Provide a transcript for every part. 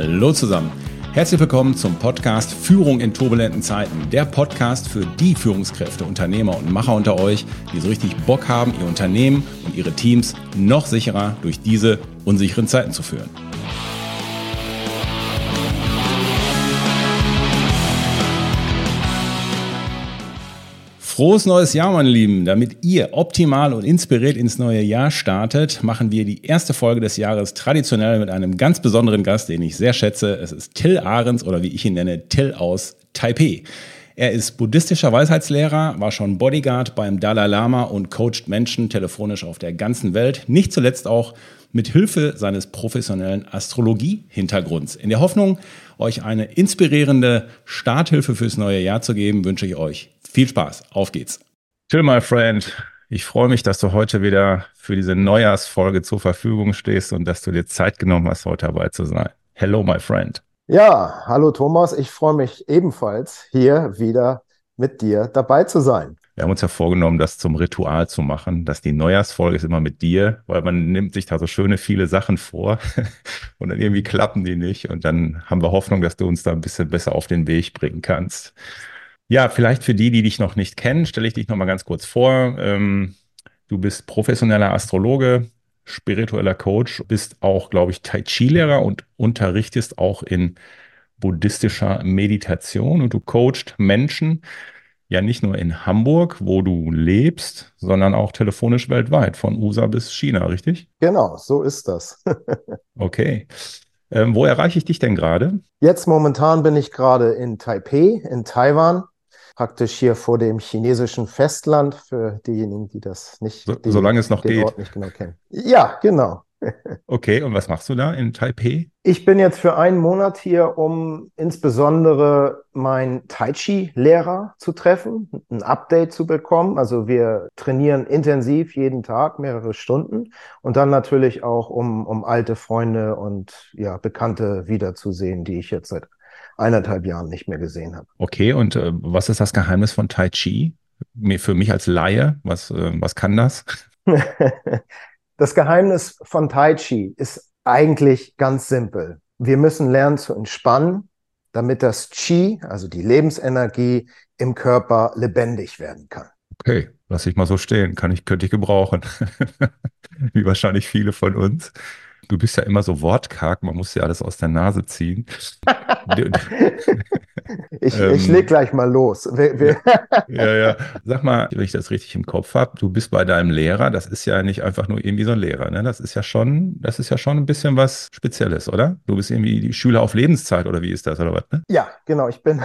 Hallo zusammen. Herzlich willkommen zum Podcast Führung in turbulenten Zeiten. Der Podcast für die Führungskräfte, Unternehmer und Macher unter euch, die so richtig Bock haben, ihr Unternehmen und ihre Teams noch sicherer durch diese unsicheren Zeiten zu führen. Frohes neues Jahr, meine Lieben. Damit ihr optimal und inspiriert ins neue Jahr startet, machen wir die erste Folge des Jahres traditionell mit einem ganz besonderen Gast, den ich sehr schätze. Es ist Till Ahrens oder wie ich ihn nenne, Till aus Taipei. Er ist buddhistischer Weisheitslehrer, war schon Bodyguard beim Dalai Lama und coacht Menschen telefonisch auf der ganzen Welt. Nicht zuletzt auch mit Hilfe seines professionellen Astrologie-Hintergrunds. In der Hoffnung, euch eine inspirierende Starthilfe fürs neue Jahr zu geben, wünsche ich euch viel Spaß. Auf geht's. Till, my friend, ich freue mich, dass du heute wieder für diese Neujahrsfolge zur Verfügung stehst und dass du dir Zeit genommen hast, heute dabei zu sein. Hello, my friend. Ja, hallo Thomas, ich freue mich ebenfalls, hier wieder mit dir dabei zu sein. Wir haben uns ja vorgenommen, das zum Ritual zu machen, dass die Neujahrsfolge ist immer mit dir, weil man nimmt sich da so schöne viele Sachen vor und dann irgendwie klappen die nicht und dann haben wir Hoffnung, dass du uns da ein bisschen besser auf den Weg bringen kannst. Ja, vielleicht für die dich noch nicht kennen, stelle ich dich noch mal ganz kurz vor. Du bist professioneller Astrologe, spiritueller Coach, bist auch, glaube ich, Tai Chi-Lehrer und unterrichtest auch in buddhistischer Meditation und du coachst Menschen, ja nicht nur in Hamburg, wo du lebst, sondern auch telefonisch weltweit, von USA bis China, richtig? Genau, so ist das. Okay. Wo erreiche ich dich denn gerade? Jetzt momentan bin ich gerade in Taipei, in Taiwan, praktisch hier vor dem chinesischen Festland, für diejenigen, die das nicht, Solange es noch den geht. Ort nicht genau kennen. Ja, genau. Okay, und was machst du da in Taipei? Ich bin jetzt für einen Monat hier, um insbesondere meinen Tai Chi-Lehrer zu treffen, ein Update zu bekommen. Also wir trainieren intensiv jeden Tag, mehrere Stunden. Und dann natürlich auch, um alte Freunde und ja, Bekannte wiederzusehen, die ich jetzt seit 1,5 Jahren nicht mehr gesehen habe. Okay, und was ist das Geheimnis von Tai Chi? Für mich als Laie, was kann das? Das Geheimnis von Tai Chi ist eigentlich ganz simpel. Wir müssen lernen zu entspannen, damit das Qi, also die Lebensenergie, im Körper lebendig werden kann. Okay, lass ich mal so stehen. Könnte ich gebrauchen. Wie wahrscheinlich viele von uns. Du bist ja immer so wortkarg, man muss ja alles aus der Nase ziehen. Ich leg gleich mal los. Ja. Sag mal, wenn ich das richtig im Kopf habe, du bist bei deinem Lehrer, das ist ja nicht einfach nur irgendwie so ein Lehrer, ne? Das ist ja schon ein bisschen was Spezielles, oder? Du bist irgendwie die Schüler auf Lebenszeit, oder wie ist das, oder was, ne? Ja, genau. Ich bin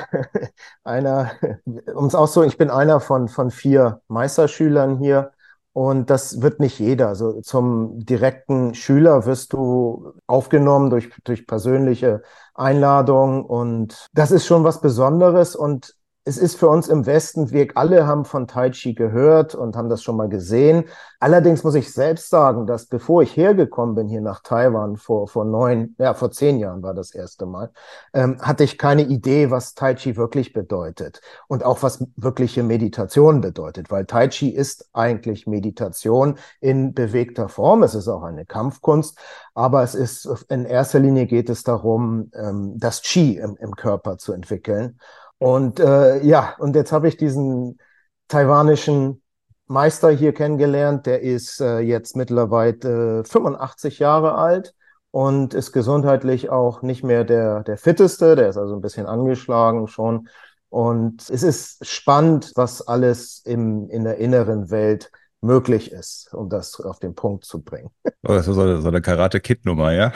ich bin einer von 4 Meisterschülern hier. Und das wird nicht jeder. Also zum direkten Schüler wirst du aufgenommen durch persönliche Einladung. Und das ist schon was Besonderes. Und es ist für uns im Westen, wir alle haben von Tai Chi gehört und haben das schon mal gesehen. Allerdings muss ich selbst sagen, dass bevor ich hergekommen bin hier nach Taiwan vor 10 Jahren war das erste Mal, hatte ich keine Idee, was Tai Chi wirklich bedeutet und auch was wirkliche Meditation bedeutet, weil Tai Chi ist eigentlich Meditation in bewegter Form. Es ist auch eine Kampfkunst, aber es ist in erster Linie geht es darum, das Qi im Körper zu entwickeln. Und und jetzt habe ich diesen taiwanischen Meister hier kennengelernt. Der ist jetzt mittlerweile 85 Jahre alt und ist gesundheitlich auch nicht mehr der Fitteste. Der ist also ein bisschen angeschlagen schon. Und es ist spannend, was alles in der inneren Welt möglich ist, um das auf den Punkt zu bringen. Oh, das ist so eine Karate-Kid-Nummer, ja?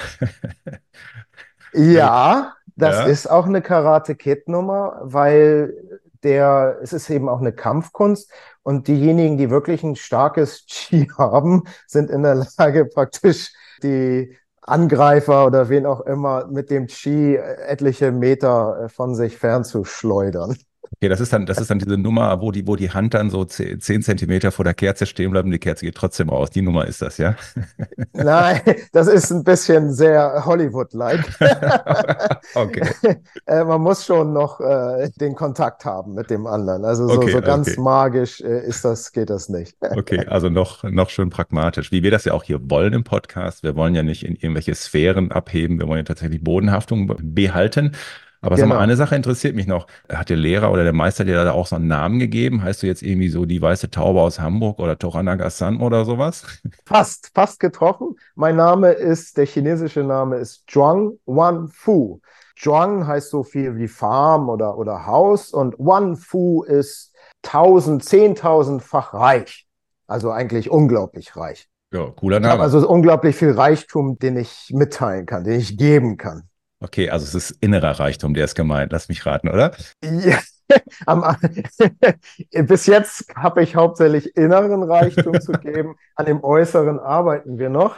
Ja, das Ja. ist auch eine Karate-Kid-Nummer, weil es ist eben auch eine Kampfkunst und diejenigen, die wirklich ein starkes Qi haben, sind in der Lage, praktisch die Angreifer oder wen auch immer mit dem Qi etliche Meter von sich fernzuschleudern. Okay, das ist dann diese Nummer, wo die Hand dann so 10 Zentimeter vor der Kerze stehen bleibt und die Kerze geht trotzdem aus. Die Nummer ist das, ja? Nein, das ist ein bisschen sehr Hollywood-like. Okay, Man muss schon noch den Kontakt haben mit dem anderen. Also okay, so ganz okay. magisch geht das nicht. Okay, also noch schön pragmatisch, wie wir das ja auch hier wollen im Podcast. Wir wollen ja nicht in irgendwelche Sphären abheben, wir wollen ja tatsächlich Bodenhaftung behalten. Aber sag mal, eine Genau. Sache interessiert mich noch. Hat der Lehrer oder der Meister dir da auch so einen Namen gegeben? Heißt du jetzt irgendwie so die weiße Taube aus Hamburg oder Toranaga-san oder sowas? Fast getroffen. Der chinesische Name ist Zhuang Wanfu. Zhuang heißt so viel wie Farm oder Haus und Wanfu ist 1000-fach reich. Also eigentlich unglaublich reich. Ja, cooler Ich habe Name. also unglaublich viel Reichtum, den ich mitteilen kann, den ich geben kann. Okay, also es ist innerer Reichtum, der ist gemeint. Lass mich raten, oder? Ja, am, bis jetzt habe ich hauptsächlich inneren Reichtum zu geben. An dem äußeren arbeiten wir noch.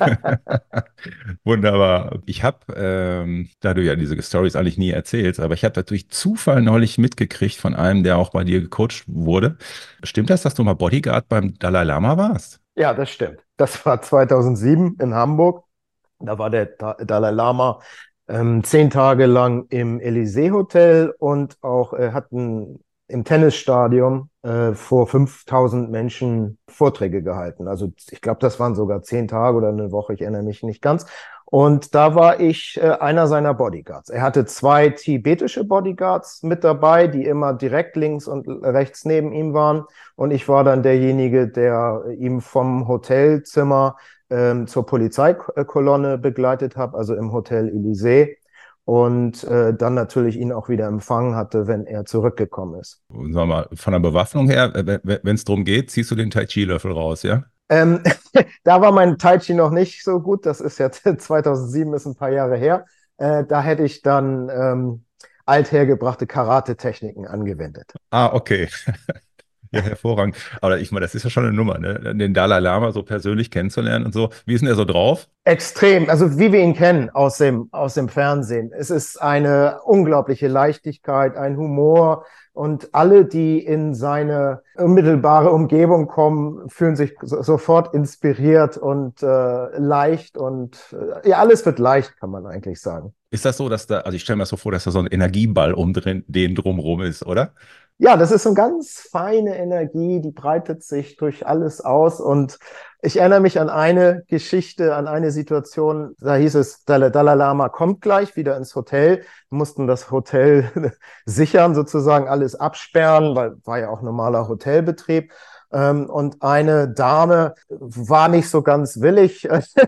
Wunderbar. Ich habe, da du ja diese Stories eigentlich nie erzählst, aber ich habe durch Zufall neulich mitgekriegt von einem, der auch bei dir gecoacht wurde. Stimmt das, dass du mal Bodyguard beim Dalai Lama warst? Ja, das stimmt. Das war 2007 in Hamburg. Da war der Dalai Lama 10 Tage lang im Élysée-Hotel und auch hatten im Tennisstadion vor 5000 Menschen Vorträge gehalten. Also ich glaube, das waren sogar 10 Tage oder eine Woche, ich erinnere mich nicht ganz. Und da war ich einer seiner Bodyguards. Er hatte 2 tibetische Bodyguards mit dabei, die immer direkt links und rechts neben ihm waren. Und ich war dann derjenige, der ihm vom Hotelzimmer zur Polizeikolonne begleitet habe, also im Hotel Élysée. Und dann natürlich ihn auch wieder empfangen hatte, wenn er zurückgekommen ist. Und sag mal, von der Bewaffnung her, wenn es darum geht, ziehst du den Tai Chi-Löffel raus, ja? Ähm, Da war mein Tai Chi noch nicht so gut. Das ist jetzt 2007, ist ein paar Jahre her. Da hätte ich dann althergebrachte Karate-Techniken angewendet. Ah, okay. Ja, hervorragend. Aber ich meine, das ist ja schon eine Nummer, ne? Den Dalai Lama so persönlich kennenzulernen und so. Wie ist denn der so drauf? Extrem, also wie wir ihn kennen aus dem Fernsehen. Es ist eine unglaubliche Leichtigkeit, ein Humor und alle, die in seine unmittelbare Umgebung kommen, fühlen sich sofort inspiriert und leicht und ja, alles wird leicht, kann man eigentlich sagen. Ist das so, dass da, also ich stelle mir das so vor, dass da so ein Energieball den drumrum ist, oder? Ja, das ist so eine ganz feine Energie, die breitet sich durch alles aus. Und ich erinnere mich an eine Geschichte, an eine Situation, da hieß es, Dalai Lama kommt gleich wieder ins Hotel. Wir mussten das Hotel sichern, sozusagen alles absperren, weil war ja auch normaler Hotelbetrieb. Und eine Dame war nicht so ganz willig.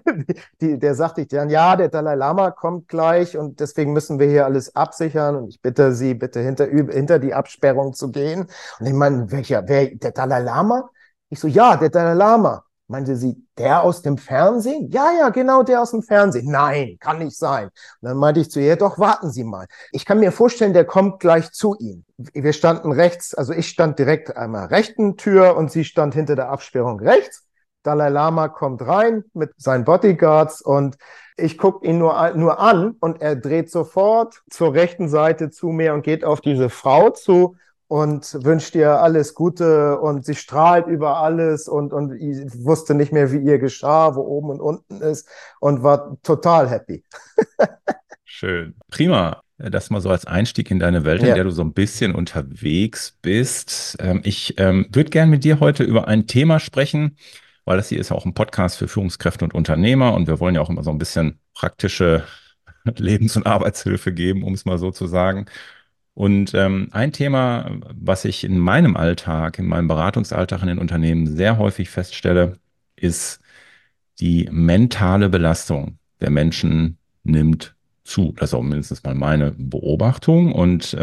Der sagte ich dann, ja, der Dalai Lama kommt gleich und deswegen müssen wir hier alles absichern und ich bitte Sie, bitte hinter die Absperrung zu gehen. Und ich meine, der Dalai Lama? Ich so, ja, der Dalai Lama. Meinte sie, der aus dem Fernsehen? Ja, ja, genau, der aus dem Fernsehen. Nein, kann nicht sein. Und dann meinte ich zu ihr, doch, warten Sie mal. Ich kann mir vorstellen, der kommt gleich zu Ihnen. Wir standen rechts, also ich stand direkt einmal rechten Tür und sie stand hinter der Absperrung rechts. Dalai Lama kommt rein mit seinen Bodyguards und ich gucke ihn nur an und er dreht sofort zur rechten Seite zu mir und geht auf diese Frau zu und wünscht ihr alles Gute und sie strahlt über alles und ich wusste nicht mehr, wie ihr geschah, wo oben und unten ist und war total happy. Schön. Prima. Das mal so als Einstieg in deine Welt, in der Ja, du so ein bisschen unterwegs bist. Ich würde gern mit dir heute über ein Thema sprechen, weil das hier ist ja auch ein Podcast für Führungskräfte und Unternehmer und wir wollen ja auch immer so ein bisschen praktische Lebens- und Arbeitshilfe geben, um es mal so zu sagen. Und ein Thema, was ich in meinem Alltag, in meinem Beratungsalltag in den Unternehmen sehr häufig feststelle, ist die mentale Belastung der Menschen nimmt zu. Das ist auch mindestens mal meine Beobachtung. Und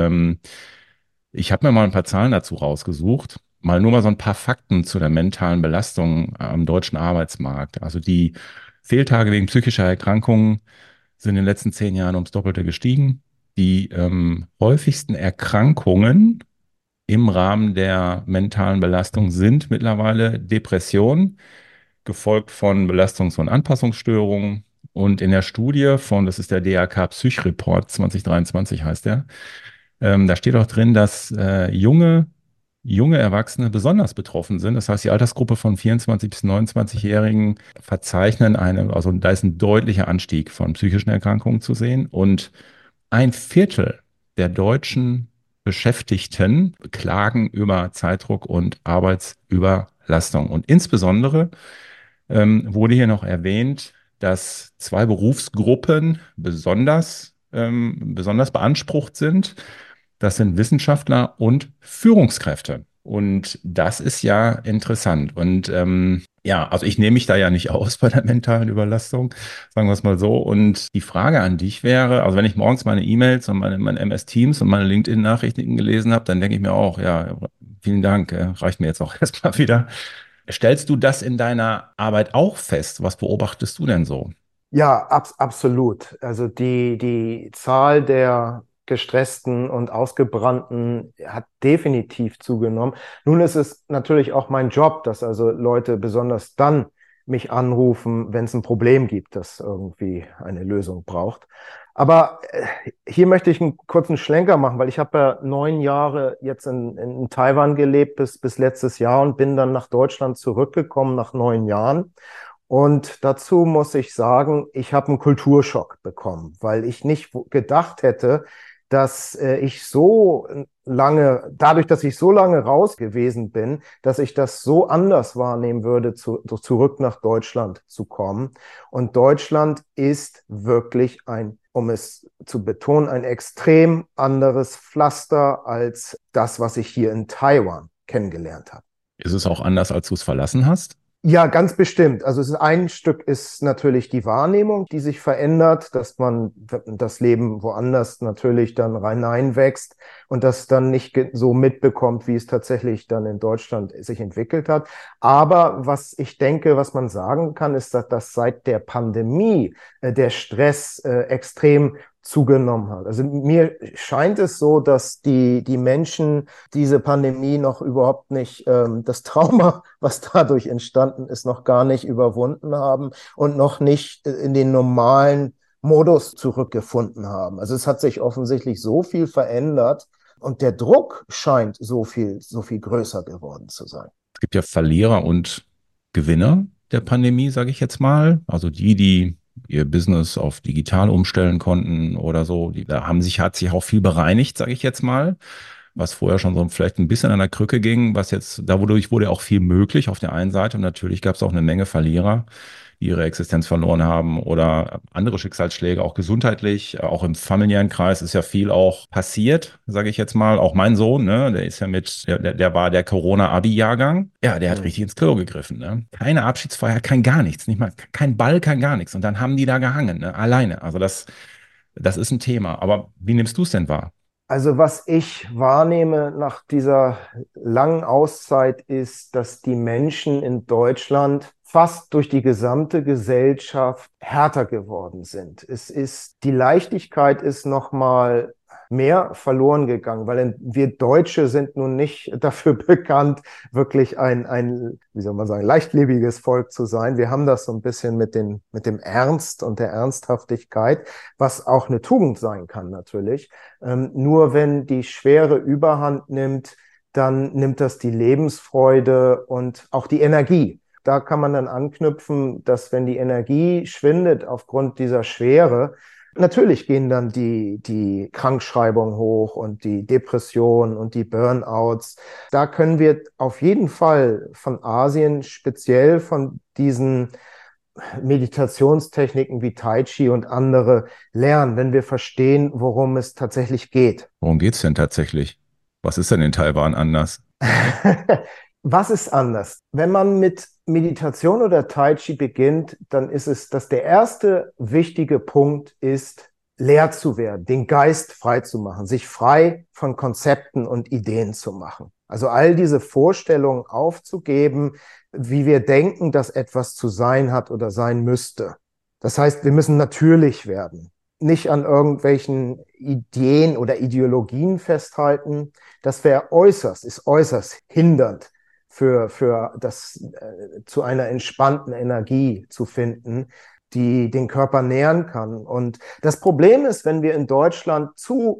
ich habe mir mal ein paar Zahlen dazu rausgesucht. Mal nur mal so ein paar Fakten zu der mentalen Belastung am deutschen Arbeitsmarkt. Also die Fehltage wegen psychischer Erkrankungen sind in den letzten 10 Jahren ums Doppelte gestiegen. Die häufigsten Erkrankungen im Rahmen der mentalen Belastung sind mittlerweile Depressionen, gefolgt von Belastungs- und Anpassungsstörungen. Und in der Studie von, das ist der DAK Psychreport 2023 heißt der, Da steht auch drin, dass junge Erwachsene besonders betroffen sind. Das heißt, die Altersgruppe von 24 bis 29-Jährigen verzeichnen also da ist ein deutlicher Anstieg von psychischen Erkrankungen zu sehen. Und ein Viertel der deutschen Beschäftigten klagen über Zeitdruck und Arbeitsüberlastung. Und insbesondere wurde hier noch erwähnt, dass zwei Berufsgruppen besonders beansprucht sind. Das sind Wissenschaftler und Führungskräfte. Und das ist ja interessant. Und ja, also ich nehme mich da ja nicht aus bei der mentalen Überlastung, sagen wir es mal so. Und die Frage an dich wäre, also wenn ich morgens meine E-Mails und meine MS Teams und meine LinkedIn-Nachrichten gelesen habe, dann denke ich mir auch, ja, vielen Dank, reicht mir jetzt auch erstmal wieder. Stellst du das in deiner Arbeit auch fest? Was beobachtest du denn so? Ja, absolut. Also die Zahl der gestressten und ausgebrannten hat definitiv zugenommen. Nun ist es natürlich auch mein Job, dass also Leute besonders dann mich anrufen, wenn es ein Problem gibt, das irgendwie eine Lösung braucht. Aber hier möchte ich einen kurzen Schlenker machen, weil ich habe ja 9 Jahre jetzt in Taiwan gelebt bis letztes Jahr und bin dann nach Deutschland zurückgekommen nach 9 Jahren. Und dazu muss ich sagen, ich habe einen Kulturschock bekommen, weil ich nicht gedacht hätte, dass ich so lange, dadurch, dass ich so lange raus gewesen bin, dass ich das so anders wahrnehmen würde, zurück nach Deutschland zu kommen. Und Deutschland ist wirklich um es zu betonen, ein extrem anderes Pflaster als das, was ich hier in Taiwan kennengelernt habe. Ist es auch anders, als du es verlassen hast? Ja, ganz bestimmt. Also ein Stück ist natürlich die Wahrnehmung, die sich verändert, dass man das Leben woanders natürlich dann hineinwächst und das dann nicht so mitbekommt, wie es tatsächlich dann in Deutschland sich entwickelt hat. Aber was ich denke, was man sagen kann, ist, dass seit der Pandemie der Stress extrem zugenommen hat. Also mir scheint es so, dass die Menschen diese Pandemie noch überhaupt nicht, das Trauma, was dadurch entstanden ist, noch gar nicht überwunden haben und noch nicht in den normalen Modus zurückgefunden haben. Also es hat sich offensichtlich so viel verändert und der Druck scheint so viel größer geworden zu sein. Es gibt ja Verlierer und Gewinner der Pandemie, sage ich jetzt mal. Also die ihr Business auf digital umstellen konnten oder so, hat sich auch viel bereinigt, sage ich jetzt mal, was vorher schon so vielleicht ein bisschen an der Krücke ging, wodurch wurde auch viel möglich auf der einen Seite und natürlich gab es auch eine Menge Verlierer, die ihre Existenz verloren haben oder andere Schicksalsschläge, auch gesundheitlich, auch im familiären Kreis ist ja viel auch passiert, sage ich jetzt mal. Auch mein Sohn, ne, der ist ja der war der Corona-Abi-Jahrgang. Ja, der hat richtig ins Klo gegriffen. Ne? Keine Abschiedsfeier, kein gar nichts, nicht mal kein Ball, kein gar nichts. Und dann haben die da gehangen, ne? Alleine. Also das ist ein Thema. Aber wie nimmst du es denn wahr? Also was ich wahrnehme nach dieser langen Auszeit ist, dass die Menschen in Deutschland fast durch die gesamte Gesellschaft härter geworden sind. Die Leichtigkeit ist noch mal mehr verloren gegangen, weil wir Deutsche sind nun nicht dafür bekannt, wirklich wie soll man sagen, leichtlebiges Volk zu sein. Wir haben das so ein bisschen mit dem Ernst und der Ernsthaftigkeit, was auch eine Tugend sein kann natürlich. Nur wenn die Schwere Überhand nimmt, dann nimmt das die Lebensfreude und auch die Energie. Da kann man dann anknüpfen, dass wenn die Energie schwindet aufgrund dieser Schwere, natürlich gehen dann die Krankschreibungen hoch und die Depressionen und die Burnouts. Da können wir auf jeden Fall von Asien, speziell von diesen Meditationstechniken wie Tai Chi und andere lernen, wenn wir verstehen, worum es tatsächlich geht. Worum geht's denn tatsächlich? Was ist denn in Taiwan anders? Was ist anders? Wenn man mit Meditation oder Tai Chi beginnt, dann ist es, dass der erste wichtige Punkt ist, leer zu werden, den Geist frei zu machen, sich frei von Konzepten und Ideen zu machen. Also all diese Vorstellungen aufzugeben, wie wir denken, dass etwas zu sein hat oder sein müsste. Das heißt, wir müssen natürlich werden, nicht an irgendwelchen Ideen oder Ideologien festhalten. Das ist äußerst hindernd für das zu einer entspannten Energie zu finden, die den Körper nähren kann. Und das Problem ist, wenn wir in Deutschland zu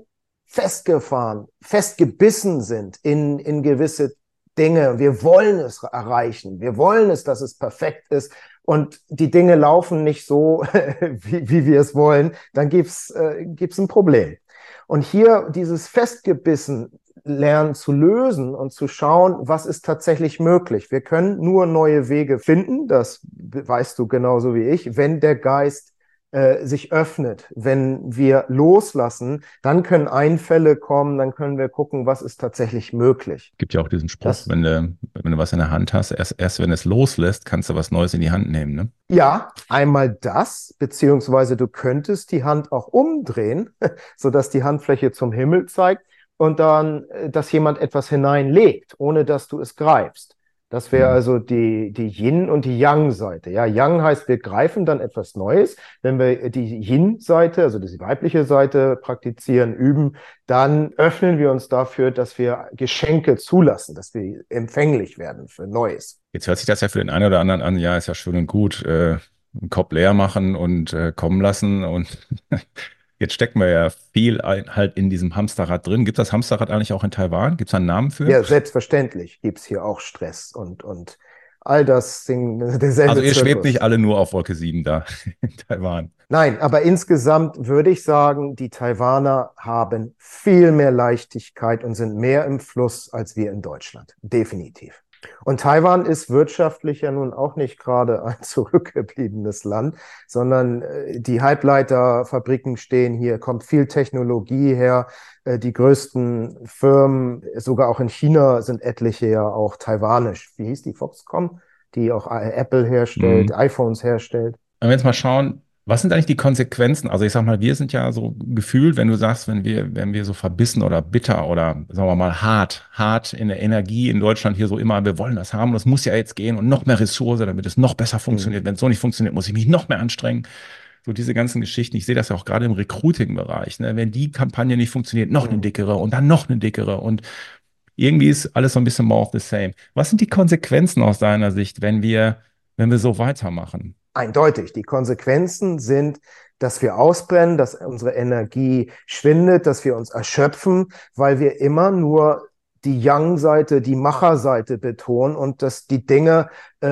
festgefahren, festgebissen sind in gewisse Dinge. Wir wollen es erreichen. Wir wollen es, dass es perfekt ist. Und die Dinge laufen nicht so, wie wir es wollen. Dann gibt's ein Problem. Und hier dieses Festgebissen lernen zu lösen und zu schauen, was ist tatsächlich möglich. Wir können nur neue Wege finden, das weißt du genauso wie ich, wenn der Geist sich öffnet, wenn wir loslassen, dann können Einfälle kommen, dann können wir gucken, was ist tatsächlich möglich. Gibt ja auch diesen Spruch, wenn du was in der Hand hast, erst wenn es loslässt, kannst du was Neues in die Hand nehmen, ne? Ja, einmal das, beziehungsweise du könntest die Hand auch umdrehen, sodass die Handfläche zum Himmel zeigt und dann, dass jemand etwas hineinlegt, ohne dass du es greifst. Das wäre also die Yin- und die Yang-Seite. Ja, Yang heißt, wir greifen dann etwas Neues. Wenn wir die Yin-Seite, also die weibliche Seite praktizieren, üben, dann öffnen wir uns dafür, dass wir Geschenke zulassen, dass wir empfänglich werden für Neues. Jetzt hört sich das ja für den einen oder anderen an, ja, ist ja schön und gut, einen Kopf leer machen und kommen lassen und jetzt stecken wir ja viel halt in diesem Hamsterrad drin. Gibt es das Hamsterrad eigentlich auch in Taiwan? Gibt es da einen Namen für? Ja, selbstverständlich gibt es hier auch Stress und all das Ding, derselbe Also ihr schwebt Zirkus. nicht alle nur auf Wolke 7 da in Taiwan. Nein, aber insgesamt würde ich sagen, die Taiwaner haben viel mehr Leichtigkeit und sind mehr im Fluss als wir in Deutschland. Definitiv. Und Taiwan ist wirtschaftlich ja nun auch nicht gerade ein zurückgebliebenes Land, sondern die Halbleiterfabriken stehen hier, kommt viel Technologie her. Die größten Firmen, sogar auch in China, sind etliche ja auch taiwanisch. Wie hieß die? Foxconn, die auch Apple herstellt, iPhones herstellt. Wenn wir jetzt mal schauen, was sind eigentlich die Konsequenzen? Also ich sag mal, wir sind ja so gefühlt, wenn du sagst, wenn wir so verbissen oder bitter oder sagen wir mal hart in der Energie in Deutschland hier so immer, wir wollen das haben und es muss ja jetzt gehen und noch mehr Ressource, damit es noch besser funktioniert. Wenn es so nicht funktioniert, muss ich mich noch mehr anstrengen. So diese ganzen Geschichten, ich sehe das ja auch gerade im Recruiting-Bereich, ne? Wenn die Kampagne nicht funktioniert, noch eine dickere und dann noch eine dickere und irgendwie ist alles so ein bisschen more of the same. Was sind die Konsequenzen aus deiner Sicht, wenn wir so weitermachen? Eindeutig. Die Konsequenzen sind, dass wir ausbrennen, dass unsere Energie schwindet, dass wir uns erschöpfen, weil wir immer nur die Yang-Seite, die Macher-Seite betonen und dass die Dinge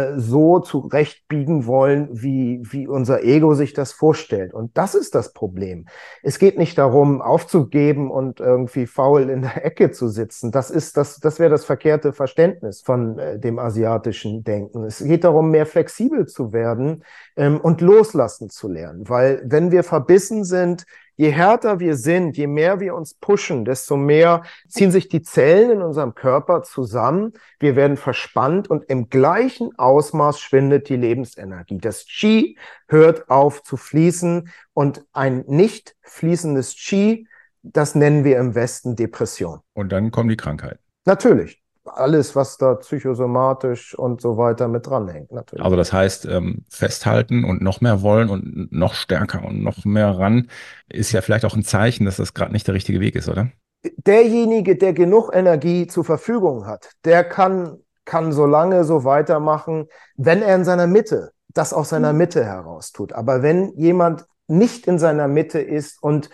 so zurechtbiegen wollen, wie unser Ego sich das vorstellt. Und das ist das Problem. Es geht nicht darum, aufzugeben und irgendwie faul in der Ecke zu sitzen. Das wäre das verkehrte Verständnis von dem asiatischen Denken. Es geht darum, mehr flexibel zu werden und loslassen zu lernen. Weil wenn wir verbissen sind, je härter wir sind, je mehr wir uns pushen, desto mehr ziehen sich die Zellen in unserem Körper zusammen. Wir werden verspannt und im gleichen Ausmaß schwindet die Lebensenergie. Das Qi hört auf zu fließen und ein nicht fließendes Qi, das nennen wir im Westen Depression. Und dann kommen die Krankheiten. Natürlich. Alles, was da psychosomatisch und so weiter mit dranhängt, natürlich. Also das heißt, festhalten und noch mehr wollen und noch stärker und noch mehr ran, ist ja vielleicht auch ein Zeichen, dass das gerade nicht der richtige Weg ist, oder? Derjenige, der genug Energie zur Verfügung hat, der kann so lange so weitermachen, wenn er in seiner Mitte, das aus seiner Mitte heraus tut. Aber wenn jemand nicht in seiner Mitte ist und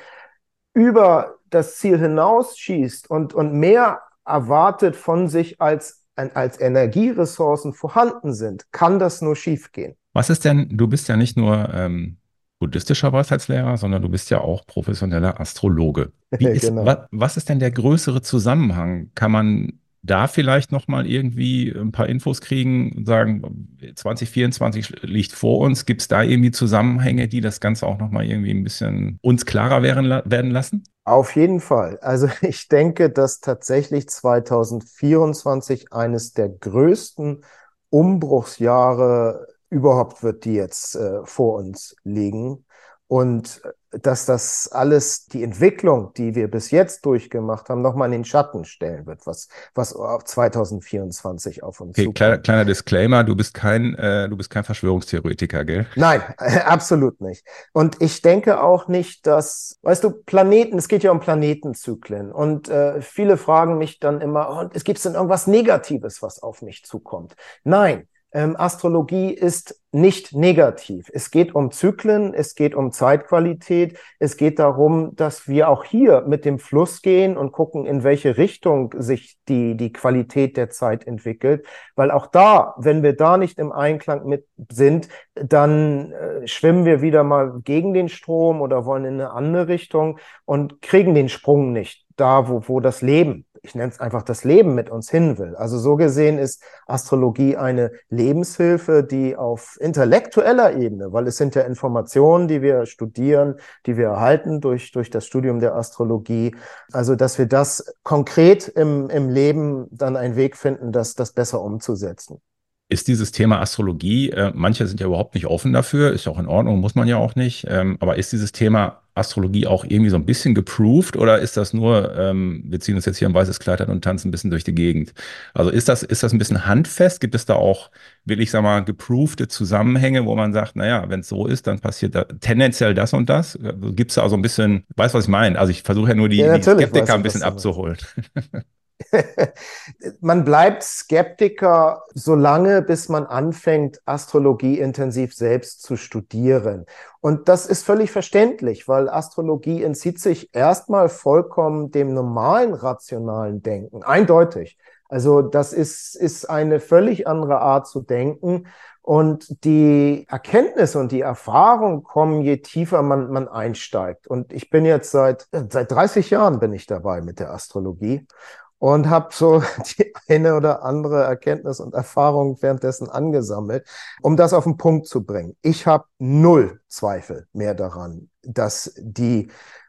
über das Ziel hinausschießt und mehr erwartet von sich als Energieressourcen vorhanden sind, kann das nur schiefgehen. Was ist denn, du bist ja nicht nur buddhistischer Weisheitslehrer, sondern du bist ja auch professioneller Astrologe. Genau. Was ist denn der größere Zusammenhang? Kann man da vielleicht nochmal irgendwie ein paar Infos kriegen und sagen, 2024 liegt vor uns? Gibt es da irgendwie Zusammenhänge, die das Ganze auch nochmal irgendwie ein bisschen uns klarer werden lassen? Auf jeden Fall. Also ich denke, dass tatsächlich 2024 eines der größten Umbruchsjahre überhaupt wird, die jetzt vor uns liegen. Und dass das alles, die Entwicklung, die wir bis jetzt durchgemacht haben, nochmal in den Schatten stellen wird, was 2024 auf uns zukommt. Kleiner Disclaimer, du bist kein Verschwörungstheoretiker, gell? Nein, absolut nicht. Und ich denke auch nicht, dass, weißt du, Planeten, es geht ja um Planetenzyklen und viele fragen mich dann immer, oh, es gibt denn irgendwas Negatives, was auf mich zukommt? Nein. Astrologie ist nicht negativ. Es geht um Zyklen, es geht um Zeitqualität, es geht darum, dass wir auch hier mit dem Fluss gehen und gucken, in welche Richtung sich die Qualität der Zeit entwickelt. Weil auch da, wenn wir da nicht im Einklang mit sind, dann schwimmen wir wieder mal gegen den Strom oder wollen in eine andere Richtung und kriegen den Sprung nicht da, wo das Leben, ich nenne es einfach das Leben, mit uns hin will. Also so gesehen ist Astrologie eine Lebenshilfe, die auf intellektueller Ebene, weil es sind ja Informationen, die wir studieren, die wir erhalten durch das Studium der Astrologie, also dass wir das konkret im Leben dann einen Weg finden, das besser umzusetzen. Ist dieses Thema Astrologie, manche sind ja überhaupt nicht offen dafür, ist ja auch in Ordnung, muss man ja auch nicht, aber ist dieses Thema Astrologie auch irgendwie so ein bisschen geproved oder ist das nur, wir ziehen uns jetzt hier ein weißes Kleid an und tanzen ein bisschen durch die Gegend? Also ist das ein bisschen handfest? Gibt es da auch wirklich, sag mal, geprovede Zusammenhänge, wo man sagt, naja, wenn es so ist, dann passiert da tendenziell das und das? Gibt es da also ein bisschen, weißt du, was ich meine? Also ich versuche ja nur Ja, die natürlich weiß Skeptiker ein ich, was bisschen du meinst. abzuholen. Man bleibt Skeptiker solange, bis man anfängt, Astrologie intensiv selbst zu studieren. Und das ist völlig verständlich, weil Astrologie entzieht sich erstmal vollkommen dem normalen rationalen Denken, eindeutig. Also das ist eine völlig andere Art zu denken. Und die Erkenntnisse und die Erfahrung kommen, je tiefer man einsteigt. Und ich bin jetzt seit 30 Jahren bin ich dabei mit der Astrologie und habe so die eine oder andere Erkenntnis und Erfahrung währenddessen angesammelt, um das auf den Punkt zu bringen. Ich habe null Zweifel mehr daran, dass die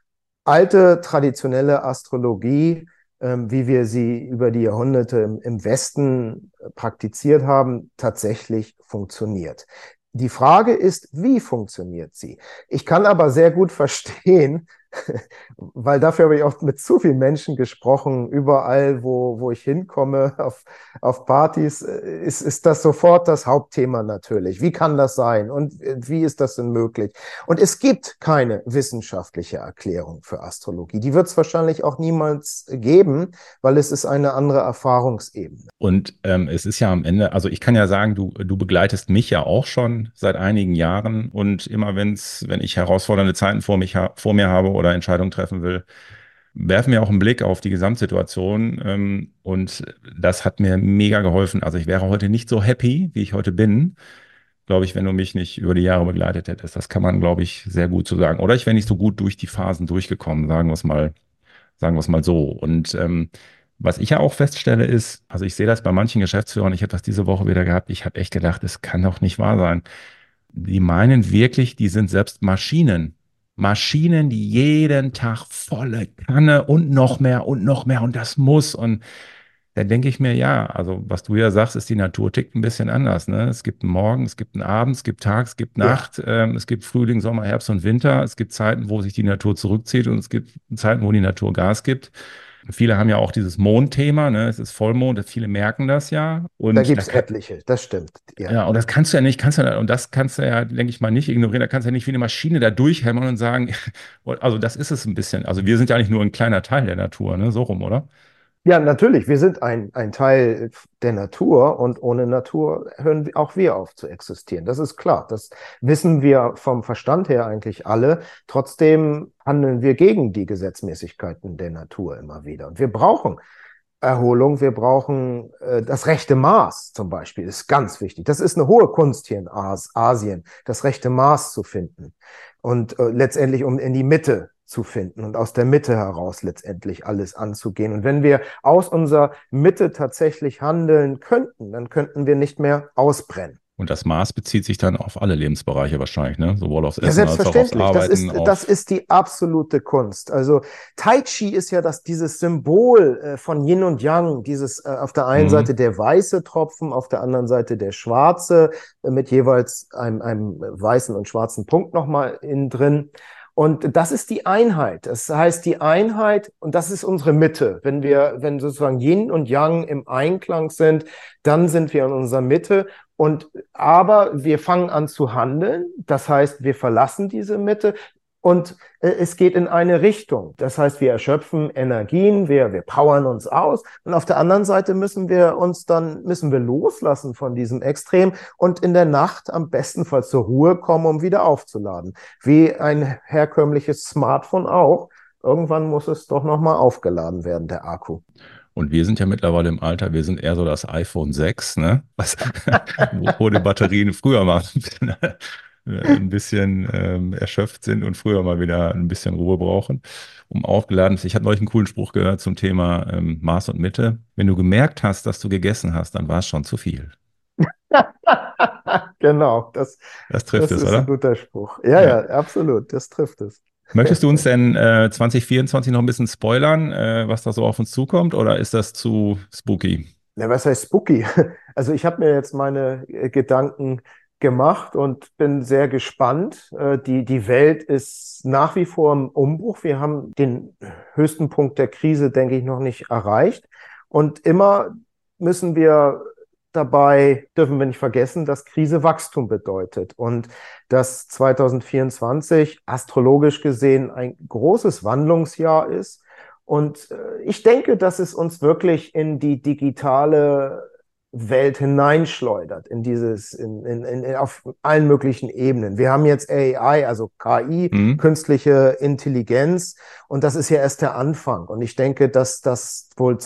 alte traditionelle Astrologie, wie wir sie über die Jahrhunderte im Westen praktiziert haben, tatsächlich funktioniert. Die Frage ist, wie funktioniert sie? Ich kann aber sehr gut verstehen, weil dafür habe ich oft mit zu vielen Menschen gesprochen, überall, wo ich hinkomme, auf Partys, ist das sofort das Hauptthema natürlich. Wie kann das sein und wie ist das denn möglich? Und es gibt keine wissenschaftliche Erklärung für Astrologie. Die wird es wahrscheinlich auch niemals geben, weil es ist eine andere Erfahrungsebene. Und es ist ja am Ende, also ich kann ja sagen, du begleitest mich ja auch schon seit einigen Jahren und immer wenn ich herausfordernde Zeiten vor mir habe oder Entscheidungen treffen will, werfen wir auch einen Blick auf die Gesamtsituation und das hat mir mega geholfen. Also ich wäre heute nicht so happy, wie ich heute bin, glaube ich, wenn du mich nicht über die Jahre begleitet hättest. Das kann man, glaube ich, sehr gut so sagen. Oder ich wäre nicht so gut durch die Phasen durchgekommen, sagen wir es mal so. Und was ich ja auch feststelle ist, also ich sehe das bei manchen Geschäftsführern, ich habe das diese Woche wieder gehabt, ich habe echt gedacht, das kann doch nicht wahr sein. Die meinen wirklich, die sind selbst Maschinen. Maschinen, die jeden Tag volle Kanne und noch mehr und noch mehr und das muss. Und da denke ich mir, ja, also was du ja sagst, ist, die Natur tickt ein bisschen anders. Ne? Es gibt einen Morgen, es gibt einen Abend, es gibt Tag, es gibt Ja, Nacht, es gibt Frühling, Sommer, Herbst und Winter. Es gibt Zeiten, wo sich die Natur zurückzieht und es gibt Zeiten, wo die Natur Gas gibt. Viele haben ja auch dieses Mondthema, ne? Es ist Vollmond, viele merken das ja. da Und gibt da es kann, etliche, das stimmt. Ja. ja, und das kannst du ja nicht, und das kannst du ja, denke ich mal, nicht ignorieren. Da kannst du ja nicht wie eine Maschine da durchhämmern und sagen, also das ist es ein bisschen. Also wir sind ja nicht nur ein kleiner Teil der Natur, ne? So rum, oder? Ja, natürlich. Wir sind ein Teil der Natur und ohne Natur hören auch wir auf zu existieren. Das ist klar. Das wissen wir vom Verstand her eigentlich alle. Trotzdem handeln wir gegen die Gesetzmäßigkeiten der Natur immer wieder. Und wir brauchen Erholung. Wir brauchen das rechte Maß zum Beispiel, ist ganz wichtig. Das ist eine hohe Kunst hier in Asien, das rechte Maß zu finden und letztendlich um in die Mitte zu finden und aus der Mitte heraus letztendlich alles anzugehen. Und wenn wir aus unserer Mitte tatsächlich handeln könnten, dann könnten wir nicht mehr ausbrennen. Und das Maß bezieht sich dann auf alle Lebensbereiche wahrscheinlich, ne? Sowohl aufs Ja, Essen als auch aufs selbstverständlich. Arbeiten, Das auf. ist die absolute Kunst. Also Tai Chi ist ja dieses Symbol von Yin und Yang, dieses auf der einen Mhm. Seite der weiße Tropfen, auf der anderen Seite der schwarze, mit jeweils einem weißen und schwarzen Punkt nochmal innen drin. Und das ist die Einheit. Das heißt, die Einheit, und das ist unsere Mitte. Wenn sozusagen Yin und Yang im Einklang sind, dann sind wir in unserer Mitte. Aber wir fangen an zu handeln. Das heißt, wir verlassen diese Mitte Und es geht in eine Richtung. Das heißt, wir erschöpfen Energien, wir powern uns aus. Und auf der anderen Seite müssen wir loslassen von diesem Extrem und in der Nacht am bestenfalls zur Ruhe kommen, um wieder aufzuladen. Wie ein herkömmliches Smartphone auch. Irgendwann muss es doch nochmal aufgeladen werden, der Akku. Und wir sind ja mittlerweile im Alter, wir sind eher so das iPhone 6, ne? Wo die Batterien früher mal ein bisschen erschöpft sind und früher mal wieder ein bisschen Ruhe brauchen, um aufgeladen zu. Ich habe neulich einen coolen Spruch gehört zum Thema Maß und Mitte. Wenn du gemerkt hast, dass du gegessen hast, dann war es schon zu viel. Genau, Das trifft das es, ist ein oder? guter Spruch. Ja, Ja. ja, absolut, das trifft es. Möchtest du uns denn 2024 noch ein bisschen spoilern, was da so auf uns zukommt, oder ist das zu spooky? Ja, was heißt spooky? Also ich habe mir jetzt meine Gedanken gemacht und bin sehr gespannt. Die Welt ist nach wie vor im Umbruch. Wir haben den höchsten Punkt der Krise, denke ich, noch nicht erreicht. Und immer müssen wir dabei, dürfen wir nicht vergessen, dass Krise Wachstum bedeutet und dass 2024 astrologisch gesehen ein großes Wandlungsjahr ist. Und ich denke, dass es uns wirklich in die digitale Welt hineinschleudert, auf allen möglichen Ebenen. Wir haben jetzt AI, also KI, Hm? künstliche Intelligenz, und das ist ja erst der Anfang. Und ich denke, dass das wohl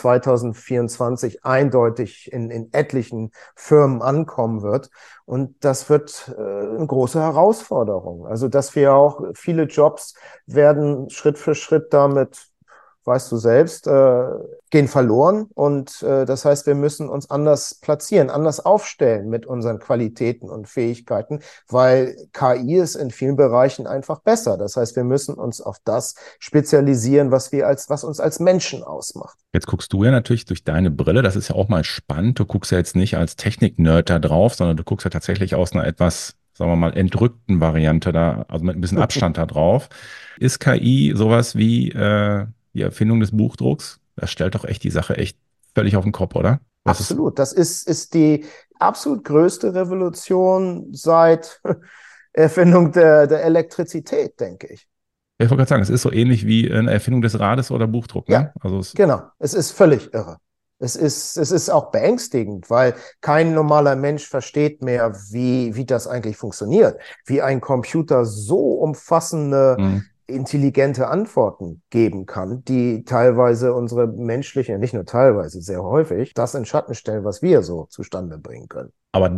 2024 eindeutig in etlichen Firmen ankommen wird. Und das wird eine große Herausforderung. Also, dass wir auch viele Jobs werden Schritt für Schritt damit, weißt du selbst, gehen verloren. Und das heißt, wir müssen uns anders platzieren, anders aufstellen mit unseren Qualitäten und Fähigkeiten, weil KI ist in vielen Bereichen einfach besser. Das heißt, wir müssen uns auf das spezialisieren, was uns als Menschen ausmacht. Jetzt guckst du ja natürlich durch deine Brille, das ist ja auch mal spannend. Du guckst ja jetzt nicht als Technik-Nerd da drauf, sondern du guckst ja tatsächlich aus einer etwas, sagen wir mal, entrückten Variante da, also mit ein bisschen Abstand da drauf. Ist KI sowas wie die Erfindung des Buchdrucks? Das stellt doch echt die Sache echt völlig auf den Kopf, oder? Was ist, Absolut. Das ist die absolut größte Revolution seit Erfindung der Elektrizität, denke ich. ich wollte gerade sagen, es ist so ähnlich wie eine Erfindung des Rades oder Buchdruck, Ja, ne? Also es, genau. Es ist völlig irre. Es ist auch beängstigend, weil kein normaler Mensch versteht mehr, wie das eigentlich funktioniert, wie ein Computer so umfassende, hm. intelligente Antworten geben kann, die teilweise unsere menschliche, nicht nur teilweise, sehr häufig, das in Schatten stellen, was wir so zustande bringen können. Aber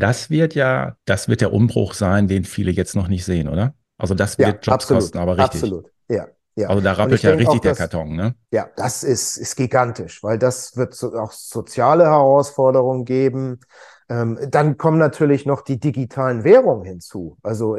das wird der Umbruch sein, den viele jetzt noch nicht sehen, oder? Also das Ja, wird Jobs kosten, absolut, aber richtig. absolut. Ja, ja. Also da Und rappelt ich ja denke auch, richtig der dass Karton, ne? ja, das ist gigantisch, weil das wird auch soziale Herausforderungen geben. Dann kommen natürlich noch die digitalen Währungen hinzu. Also